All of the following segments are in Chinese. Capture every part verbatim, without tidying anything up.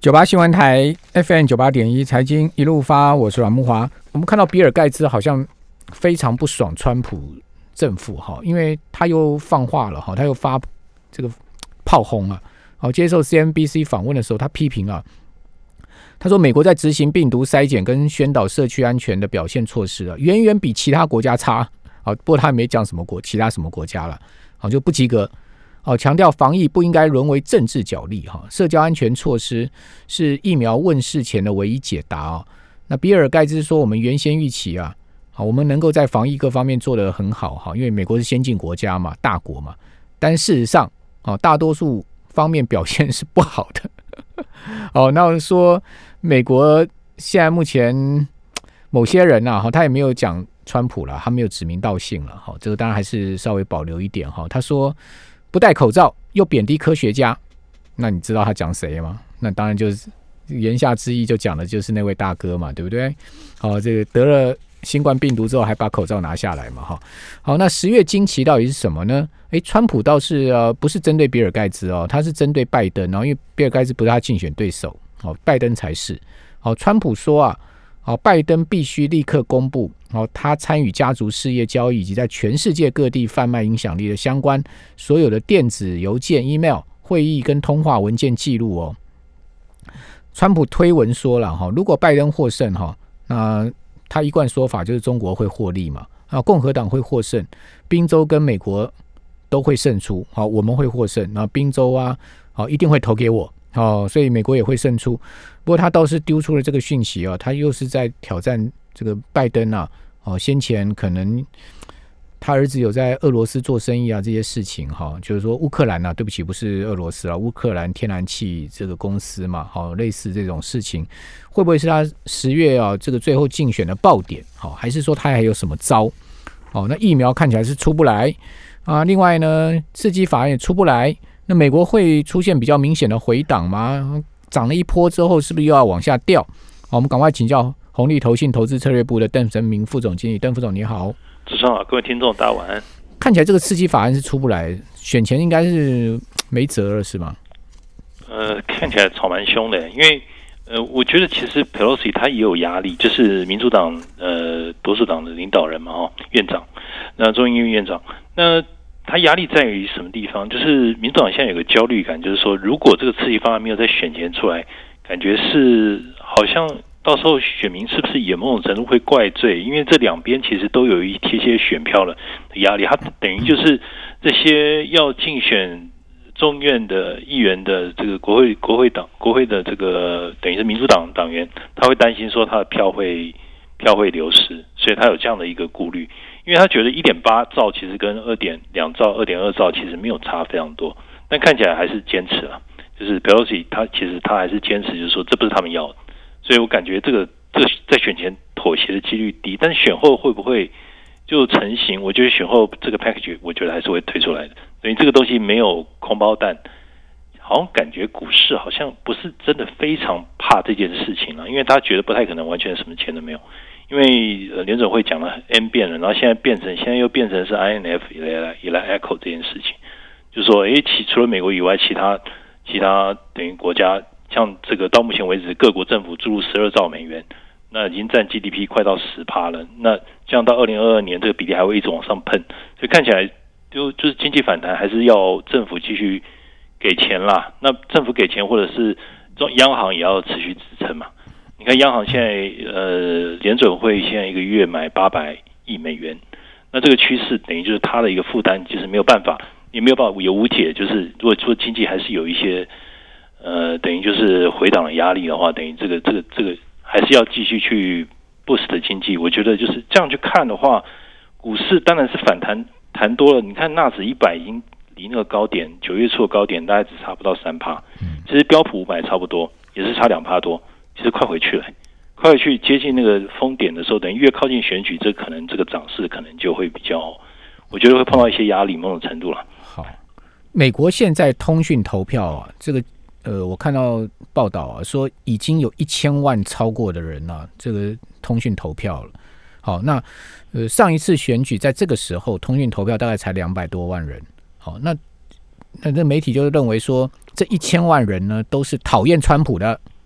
九八新闻台 F M 九八点一财经一路发，我是阮慕骅。我们看到比尔盖茨好像非常不爽川普政府哈，因为他又放话了哈，他又发这个炮轰啊。好，接受 C N B C 访问的时候，他批评啊，他说美国在执行病毒筛检跟宣导社区安全的表现措施啊，远远比其他国家差。好，不过他也没讲什么国其他什么国家了，好就不及格。哦，强调防疫不应该沦为政治角力哈，社交安全措施是疫苗问世前的唯一解答哦。那比尔盖茨说，我们原先预期啊，好，我们能够在防疫各方面做得很好哈，因为美国是先进国家嘛，大国嘛，但事实上，哦，大多数方面表现是不好的。哦，那说美国现在目前某些人啊，他也没有讲川普了，他没有指名道姓了哈，这个当然还是稍微保留一点哈。他说，不戴口罩又贬低科学家，那你知道他讲谁吗？那当然就是言下之意就讲的就是那位大哥嘛，对不对？好，这个得了新冠病毒之后还把口罩拿下来嘛，哈。好，那十月惊奇到底是什么呢？诶，川普倒是呃不是针对比尔盖茨哦，他是针对拜登，然后因为比尔盖茨不是他竞选对手，哦，拜登才是。好，川普说啊，好，拜登必须立刻公布，好，他参与家族事业交易以及在全世界各地贩卖影响力的相关所有的电子邮件、email、会议跟通话文件记录哦。川普推文说了哈，如果拜登获胜哈，那他一贯说法就是中国会获利嘛，啊，共和党会获胜，宾州跟美国都会胜出，好，我们会获胜，然后宾州啊，好，一定会投给我。哦，所以美国也会胜出。不过他倒是丢出了这个讯息啊，他又是在挑战这个拜登啊。哦，先前可能他儿子有在俄罗斯做生意啊，这些事情哈、哦，就是说乌克兰啊，对不起，不是俄罗斯啊，乌克兰天然气这个公司嘛，好、哦，类似这种事情，会不会是他十月啊这个最后竞选的爆点？好、哦，还是说他还有什么招？哦，那疫苗看起来是出不来啊。另外呢，刺激法案也出不来。那美国会出现比较明显的回档吗？涨了一波之后，是不是又要往下掉？好，我们赶快请教红利投信投资策略部的邓成明副总经理。邓副总你好。 主持人好，各位听众大家晚安。 看起来这个刺激法案是出不来，选前应该是没辙了，是吗？ 呃，看起来吵蛮凶的，因为呃，我觉得其实 Pelosi 他也有压力，就是民主党呃多数党的领导人嘛，哦，院长，那众议院院长，那他压力在于什么地方？就是民主党现在有个焦虑感，就是说，如果这个刺激方案没有在选前出来，感觉是好像到时候选民是不是也某种程度会怪罪？因为这两边其实都有一些些选票的压力，他等于就是这些要竞选众院的议员的这个国会国会党国会的这个等于是民主党党员，他会担心说他的票会票会流失，所以他有这样的一个顾虑。因为他觉得 一点八兆其实跟 二点二兆 二点二兆其实没有差非常多，但看起来还是坚持了，就是 Pelosi 他其实他还是坚持就是说这不是他们要的，所以我感觉这个这个在选前妥协的几率低，但是选后会不会就成型？我觉得选后这个 package 我觉得还是会推出来的，所以这个东西没有空包弹，好像感觉股市好像不是真的非常怕这件事情了，因为他觉得不太可能完全什么钱都没有。因为呃联准会讲了 N 变了，然后现在变成现在又变成是 I N F 也来也来 echo 这件事情，就是说，诶，其除了美国以外，其他其他等于国家，像这个到目前为止，各国政府注入十二兆美元，那已经占 G D P 快到 百分之十 了。那这样到二零二二年，这个比例还会一直往上喷，所以看起来就就是经济反弹还是要政府继续给钱啦。那政府给钱，或者是央行也要持续支撑嘛。你看央行现在呃联准会现在一个月买八百亿美元，那这个趋势等于就是它的一个负担就是没有办法，也没有办法有无解，就是如果说经济还是有一些呃等于就是回档的压力的话，等于这个这个这个还是要继续去 boost 经济。我觉得就是这样去看的话，股市当然是反弹弹多了。你看纳指一百已经离那个高点九月初的高点大概只差不到 百分之三， 其实标普五百差不多也是差 百分之二 多。其实快回去了，快回去接近那个峰点的时候，等于越靠近选举，这可能这个涨势可能就会比较，我觉得会碰到一些压力，某种程度了。 好，美国现在通讯投票啊，这个呃，我看到报道啊，说已经有一千万超过的人啊，这个通讯投票了。好，那呃上一次选举在这个时候，通讯投票大概才两百多万人。好，那那这媒体就认为说，这一千万人呢都是讨厌川普的。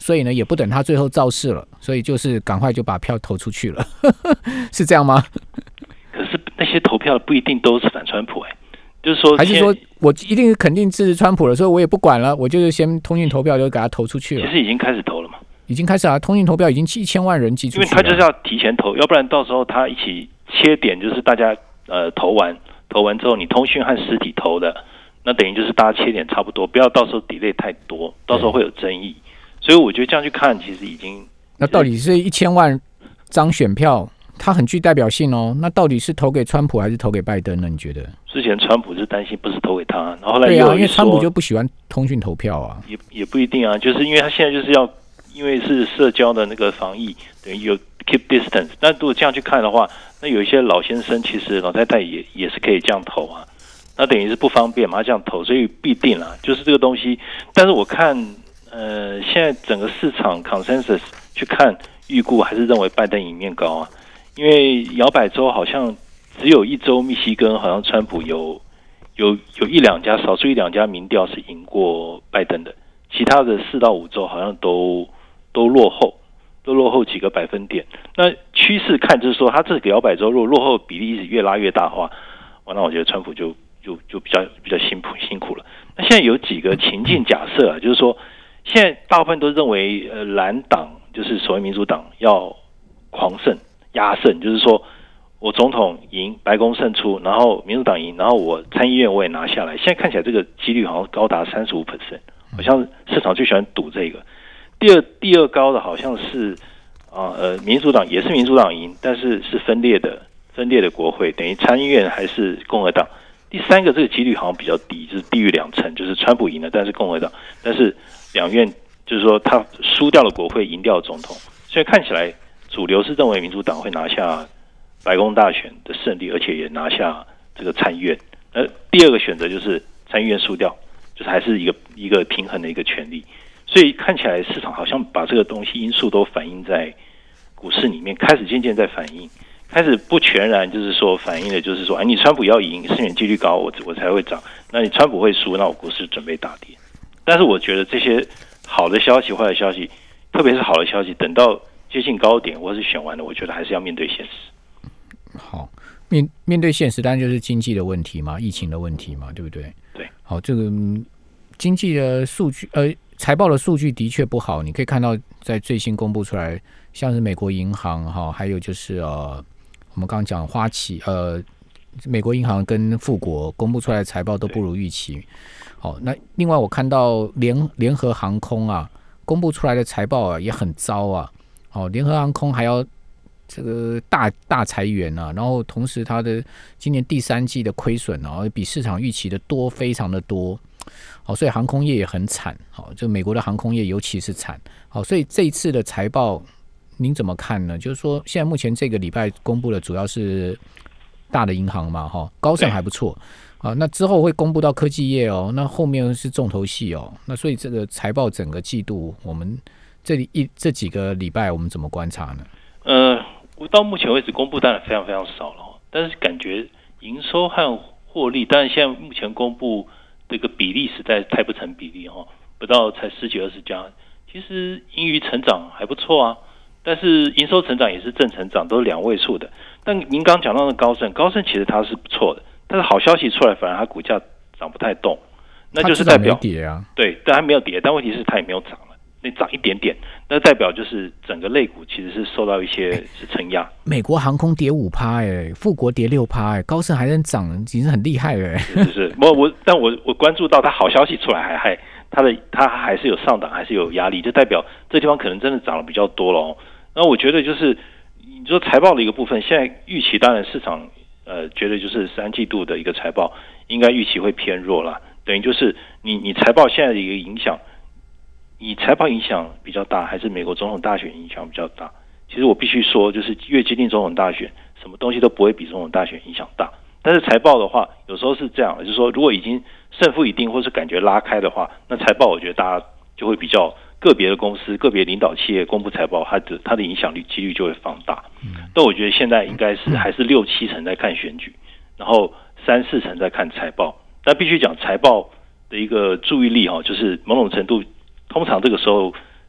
所以呢也不等他最后造势了，所以就是赶快就把票投出去了，是这样吗？ 可是那些投票不一定都是反川普哎、欸，就是说还是说我一定是肯定支持川普了，所以我也不管了，我就是先通讯投票就给他投出去了。 其实已经开始投了嘛， 已经开始啊，通讯投票已经一千万人寄出去了， 因为他就是要提前投，要不然到时候他一起切点，就是大家呃投完投完之后，你通讯和实体投的，那等于就是大家切点差不多，不要到时候 delay 太多，到时候会有争议。所以我觉得这样去看，其实已经那到底是一千万张选票，它很具代表性哦。那到底是投给川普还是投给拜登呢？你觉得？ 之前川普是担心不是投给他，然后后来对啊， 又有因为川普就不喜欢通讯投票啊， 也也不一定啊，就是因为他现在就是要，因为是社交的那个防疫，等于有 keep distance。但如果这样去看的话，那有一些老先生其实老太太也也是可以这样投啊，那等于是不方便嘛，这样投，所以必定啦，就是这个东西。但是我看，呃，现在整个市场 consensus 去看预估还是认为拜登赢面高啊，因为摇摆州好像只有一州密西根好像川普有有有一两家，少数一两家民调是赢过拜登的，其他的四到五州好像都都落后，都落后几个百分点。那趋势看就是说，他这个摇摆州如果落后比例一直越拉越大的话，那我觉得川普就就就比较比较辛苦辛苦了。那现在有几个情境假设啊，就是说，现在大部分都认为呃蓝党就是所谓民主党要狂胜压胜，就是说我总统赢，白宫胜出，然后民主党赢，然后我参议院我也拿下来。现在看起来这个几率好像高达 百分之三十五， 好像市场最喜欢赌这个。第二第二高的好像是啊呃民主党也是民主党赢，但是是分裂的分裂的国会，等于参议院还是共和党。第三个这个几率好像比较低，就是低于两成，就是川普赢了，但是共和党，但是两院就是说他输掉了国会，赢掉了总统，所以看起来主流是认为民主党会拿下白宫大选的胜利，而且也拿下这个参议院。呃，第二个选择就是参议院输掉，就是还是一个一个平衡的一个权利。所以看起来市场好像把这个东西因素都反映在股市里面，开始渐渐在反映，开始不全然就是说反映的就是说，哎，你川普要赢，胜选几率高，我我才会涨；那你川普会输，那我股市准备大跌。但是我觉得这些好的消息、坏的消息，特别是好的消息，等到接近高点或是选完了，我觉得还是要面对现实。 好，面面对现实，当然就是经济的问题嘛，疫情的问题嘛，对不对？ 对。 好，这个经济的数据，呃，财报的数据的确不好。你可以看到，在最新公布出来，像是美国银行哈，还有就是呃，我们刚刚讲花旗，呃，美国银行跟富国公布出来的财报都不如预期。好，那另外我看到联联合航空啊，公布出来的财报啊也很糟啊。好，联合航空还要这个大大裁员啊，然后同时它的今年第三季的亏损啊，比市场预期的多，非常的多。好，所以航空业也很惨。好，就美国的航空业尤其是惨。好，所以这一次的财报您怎么看呢？就是说，现在目前这个礼拜公布的主要是大的银行嘛，哈，高盛还不错。啊，那之后会公布到科技业哦，那后面是重头戏哦。那所以这个财报整个季度，我们这里一这几个礼拜我们怎么观察呢？ 呃，我到目前为止公布当然非常非常少了，但是感觉营收和获利，但是现在目前公布这个比例实在太不成比例哈，不到才十几二十家，其实盈余成长还不错啊，但是营收成长也是正成长，都是两位数的。但您刚讲到的高盛，高盛其实它是不错的，但是好消息出来，反而它股价涨不太动，那就是代表跌啊， 对，但它没有跌，但问题是它也没有涨了。那涨一点点，那代表就是整个类股其实是受到一些是承压。 美国航空跌五趴，哎，富国跌六趴，哎，高盛还能涨，已经很厉害了，哎。 是是是，我我但我我关注到它好消息出来还还它的它还是有上档，还是有压力，就代表这地方可能真的涨了比较多了哦。那我觉得就是你说财报的一个部分，现在预期当然市场呃觉得就是三季度的一个财报应该预期会偏弱啦，等于就是你你财报现在的一个影响。以财报影响比较大，还是美国总统大选影响比较大？其实我必须说，就是越接近总统大选，什么东西都不会比总统大选影响大。但是财报的话，有时候是这样的，就是说，如果已经胜负已定，或是感觉拉开的话，那财报我觉得大家就会比较个别的公司、个别领导企业公布财报，它的它的影响力几率就会放大。但我觉得现在应该是还是六七成在看选举，然后三四成在看财报。但必须讲财报的一个注意力哈，就是某种程度。通常这个时候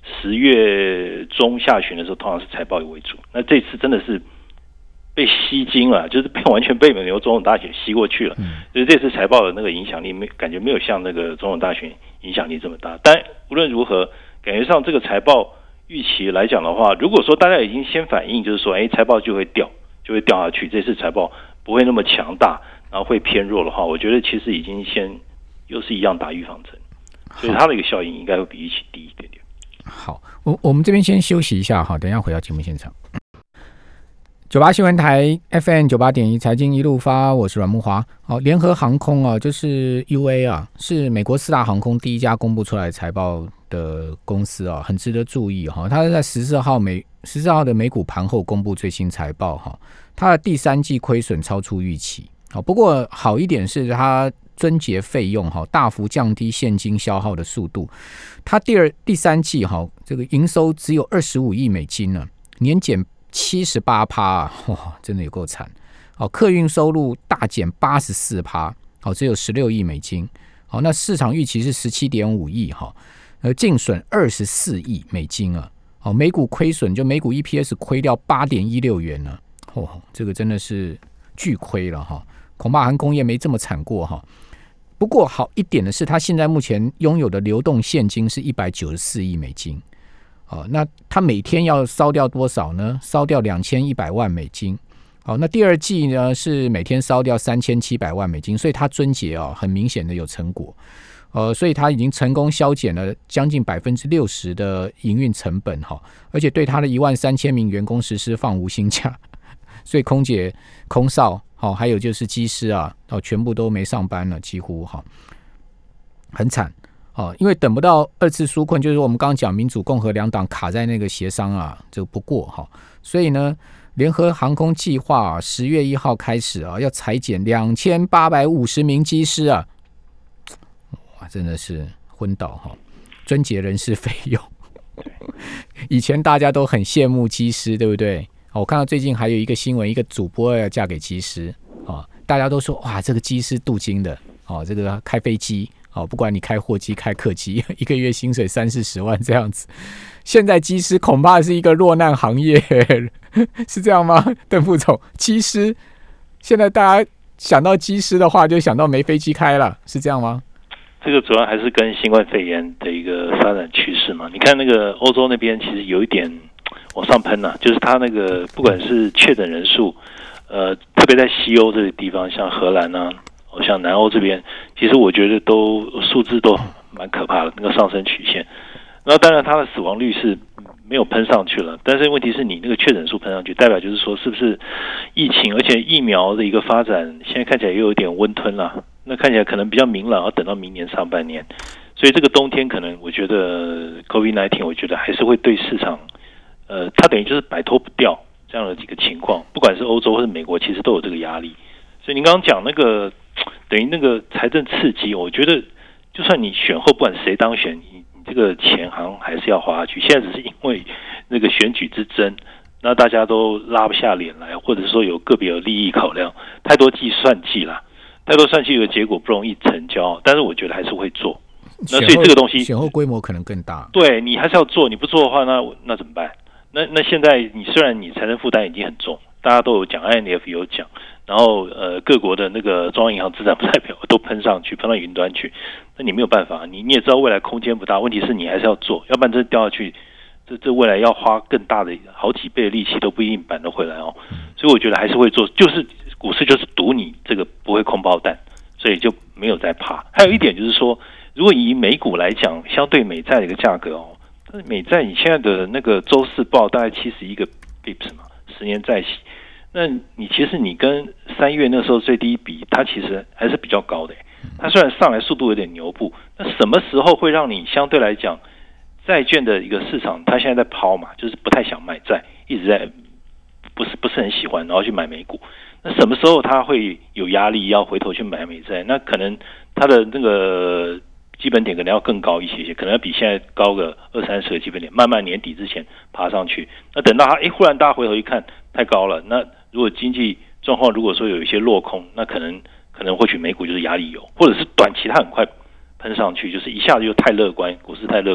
十月中下旬的时候，通常是财报为主。那这次真的是被吸金了，就是被完全被美国总统大选吸过去了。嗯，就是这次财报的那个影响力没感觉没有像那个总统大选影响力这么大。但无论如何，感觉上这个财报预期来讲的话，如果说大家已经先反应，就是说，哎，财报就会掉，就会掉下去，这次财报不会那么强大，然后会偏弱的话，我觉得其实已经先又是一样打预防针，所以它的一个效应应该会比预期低一点点。 好，我我们这边先休息一下哈，等一下回到节目现场。九八新闻台 F M 九八点一财经一路发，我是阮慕骅。好，联合航空啊，就是 U A 啊，是美国四大航空第一家公布出来财报的公司啊，很值得注意哈。它是在十四号美十四号的美股盘后公布最新财报哈，它的第三季亏损超出预期。好，不过好一点是它撙节费用哈大幅降低现金消耗的速度。它第二第三季哈这个营收只有二十五亿美金呢，年减七十八趴啊，哇，真的有够惨。好，客运收入大减八十四趴，好，只有十六亿美金。好，那市场预期是十七点五亿哈，呃，净损二十四亿美金啊。好，每股亏损就每股 E P S 亏掉八点一六元呢，哦，这个真的是巨亏了哈，恐怕航空业没这么惨过哈。不过好一点的是，它现在目前拥有的流动现金是一百九十四亿美金。哦，那它每天要烧掉多少呢？烧掉两千一百万美金。好，那第二季呢是每天烧掉三千七百万美金，所以它撙节哦，很明显的有成果。呃，所以它已经成功削减了将近百分之六十的营运成本哈，而且对它的一万三千名员工实施放无薪假，所以空姐、空少，好，还有就是机师啊，哦，全部都没上班了，几乎哈，很惨。哦，因为等不到二次纾困，就是我们刚刚讲民主共和两党卡在那个协商啊，就不过哈，所以呢，联合航空计划十、啊、月一号开始啊，要裁减两千八百五十名机师啊，哇，真的是昏倒哈，撙节人事费用。以前大家都很羡慕机师，对不对？我看到最近还有一个新闻，一个主播要嫁给机师啊，大家都说哇，这个机师镀金的哦，这个开飞机。哦，不管你开货机、开客机，一个月薪水三四十万这样子。现在机师恐怕是一个落难行业，是这样吗？邓副总，机师现在大家想到机师的话，就想到没飞机开了，是这样吗？ 这个主要还是跟新冠肺炎的一个发展趋势嘛。你看那个欧洲那边其实有一点往上喷啊，就是它那个不管是确诊人数，呃，特别在西欧这个地方，像荷兰啊。像南欧这边，其实我觉得都数字都蛮可怕的，那个上升曲线。那当然，它的死亡率是没有喷上去了，但是问题是你那个确诊数喷上去，代表就是说是不是疫情，而且疫苗的一个发展，现在看起来又有点温吞了。那看起来可能比较明朗，要等到明年上半年。所以这个冬天可能，我觉得 COVID 十九， 我觉得还是会对市场，呃，它等于就是摆脱不掉这样的几个情况。不管是欧洲或是美国，其实都有这个压力。所以您刚刚讲那个。等于那个财政刺激，我觉得就算你选后不管谁当选，你你这个钱好像还是要花下去。现在只是因为那个选举之争，那大家都拉不下脸来，或者说有个别有利益考量，太多计算计啦，太多算计的结果不容易成交。但是我觉得还是会做。那所以这个东西选后规模可能更大。 对，你还是要做，你不做的话，那那怎么办？那那现在你虽然你财政负担已经很重，大家都有讲 ，I M F 有讲。然后呃，各国的那个中央银行资产负债表都喷上去，喷到云端去，那你没有办法，你你也知道未来空间不大，问题是你还是要做，要不然这掉下去，这这未来要花更大的好几倍的力气都不一定扳得回来哦。所以我觉得还是会做，就是股市就是赌你这个不会空包弹，所以就没有再怕。还有一点就是说，如果以美股来讲，相对美债的一个价格哦，但是美债你现在的那个周四报大概七十一个 bips 嘛，十年债息。那你其实你跟三月那时候最低比，它其实还是比较高的。它虽然上来速度有点牛步，那什么时候会让你相对来讲，债券的一个市场，它现在在抛嘛，就是不太想买债，一直在不是不是很喜欢，然后去买美股。那什么时候它会有压力要回头去买美债？那可能它的那个基本点可能要更高一些些，可能要比现在高个二三十个基本点，慢慢年底之前爬上去。那等到它哎忽然大家回头一看太高了，那如果经济状况如果说有一些落空，那可能可能或许美股就是压力有，或者是短期它很快喷上去，就是一下子又太乐观，股市太乐观，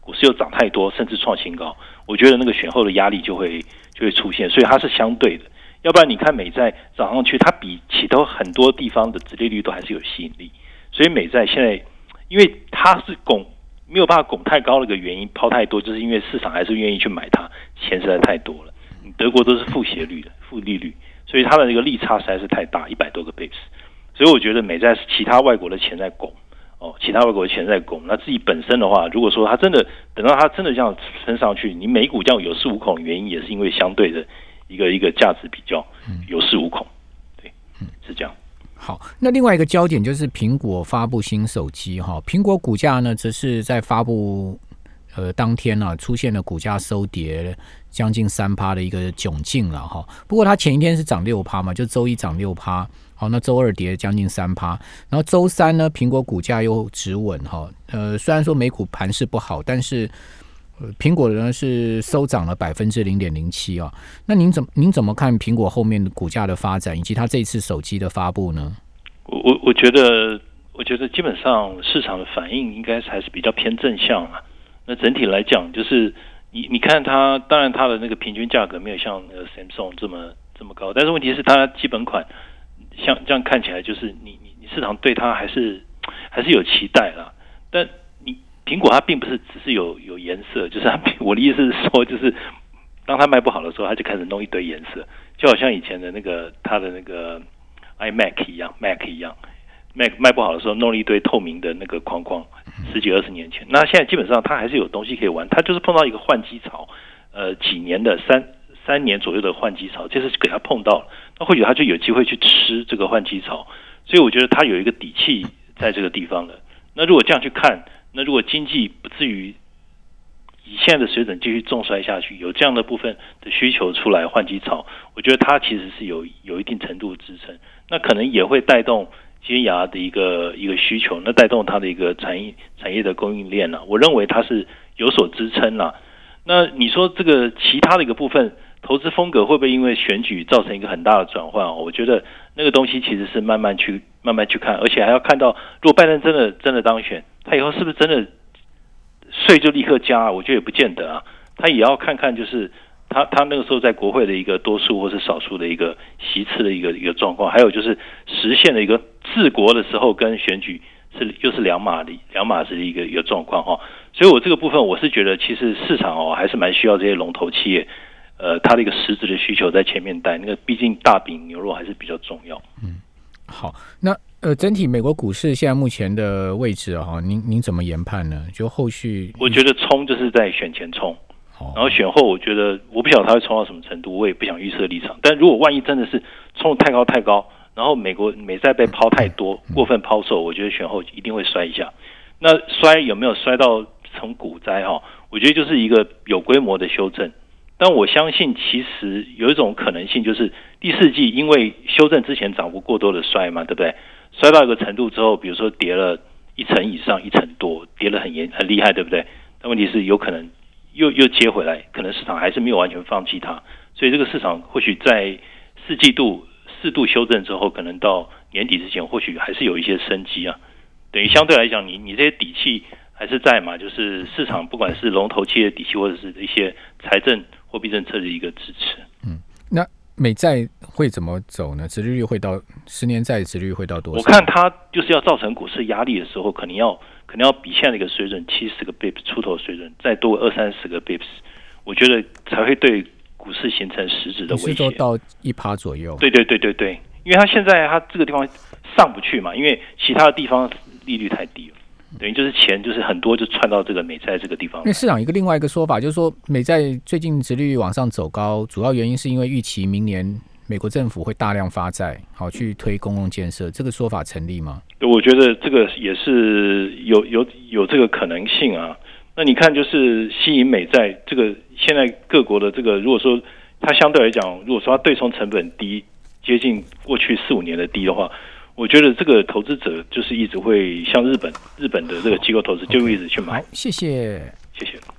股市又涨太多，甚至创新高，我觉得那个选后的压力就会就会出现，所以它是相对的。要不然你看美债涨上去，它比其他很多地方的殖利率都还是有吸引力，所以美债现在因为它是拱没有办法拱太高的一个原因，抛太多，就是因为市场还是愿意去买它，钱实在太多了。德国都是负斜率的负利率，所以它的那个利差实在是太大，一百多个 bips， 所以我觉得美债是其他外国的钱在拱。哦，其他外国的钱在拱，那自己本身的话，如果说它真的等到它真的这样升上去，你美股这样有恃无恐，原因也是因为相对的一个一个价值比较有恃无恐，对，是这样。 好，那另外一个焦点就是苹果发布新手机哈，苹果股价呢，则是在发布呃当天啊，出现了股价收跌将近三趴的一个窘境了哈。不过它前一天是涨六趴嘛，就周一涨六趴。好，那周二跌将近三趴，然后周三呢，苹果股价又止稳哈。呃，虽然说美股盘势不好，但是、呃、苹果呢是收涨了百分之零点零七啊。那您怎您怎么看苹果后面的股价的发展，以及它这一次手机的发布呢？ 我我我觉得，我觉得基本上市场的反应应该还是比较偏正向啊。那整体来讲，就是你你看它，当然它的那个平均价格没有像呃 Samsung 这么这么高，但是问题是它基本款。像这样看起来，就是你你你市场对它还是还是有期待啦。但你苹果它并不是只是有有颜色，就是它我的意思是说，就是当它卖不好的时候，它就开始弄一堆颜色，就好像以前的那个它的那个 iMac 一样 ，Mac 一样 ，Mac 卖不好的时候弄了一堆透明的那个框框，十几二十年前。那现在基本上它还是有东西可以玩，它就是碰到一个换机潮，呃，几年的三。三年左右的换机潮，这次给他碰到了，那或许他就有机会去吃这个换机潮，所以我觉得他有一个底气在这个地方了。那如果这样去看，那如果经济不至于以现在的水准继续重摔下去，有这样的部分的需求出来换机潮，我觉得它其实是有有一定程度的支撑，那可能也会带动尖牙的一个一个需求，那带动它的一个产业产业的供应链了。我认为它是有所支撑了。那你说这个其他的一个部分？投资风格会不会因为选举造成一个很大的转换？我觉得那个东西其实是慢慢去慢慢去看，而且还要看到，如果拜登真的真的当选，他以后是不是真的税就立刻加？我觉得也不见得啊。他也要看看，就是他他那个时候在国会的一个多数或是少数的一个席次的一个一个状况，还有就是实现的一个治国的时候跟选举是又是两码的两码子的一个一个状况哈。所以我这个部分我是觉得，其实市场哦还是蛮需要这些龙头企业。呃，它的一个实质的需求在前面带，那个毕竟大饼牛肉还是比较重要。 嗯，好，那呃，整体美国股市现在目前的位置啊，您您怎么研判呢？就后续， 我觉得冲就是在选前冲，哦、然后选后，我觉得我不晓得它会冲到什么程度，我也不想预测立场。但如果万一真的是冲得太高太高，然后美国美债被抛太多，嗯、过分抛售，我觉得选后一定会摔一下。那摔有没有摔到成股灾哈？我觉得就是一个有规模的修正。但我相信，其实有一种可能性，就是第四季因为修正之前涨幅过多的摔嘛，对不对？摔到一个程度之后，比如说跌了一成以上、一成多，跌得很严很厉害，对不对？但问题是有可能又又接回来，可能市场还是没有完全放弃它，所以这个市场或许在四季度适度修正之后，可能到年底之前，或许还是有一些生机啊。等于相对来讲，你你这些底气还是在嘛，就是市场不管是龙头企业底气，或者是一些财政货币政策的一个支持。 嗯，那美债会怎么走呢？殖利率会到十年债殖利率会到多少？ 我看它就是要造成股市压力的时候，可能要可能要比现在的一个水准七十个 bips 出头水准再多二三十个 bips， 我觉得才会对股市形成实质的威胁。 是都到一趴左右？ 对对对对对，因为它现在它这个地方上不去嘛，因为其他的地方利率太低了。等于就是钱就是很多就窜到这个美债这个地方。 因为市场一个另外一个说法就是说，美债最近殖利率往上走高，主要原因是因为预期明年美国政府会大量发债，好去推公共建设，这个说法成立吗？ 我觉得这个也是有有有这个可能性啊。那你看，就是吸引美债这个，现在各国的这个，如果说它相对来讲，如果说它对冲成本低，接近过去四五年的低的话。我觉得这个投资者就是一直会像日本日本的这个机构投资就一直去买。 好，谢谢， 谢谢。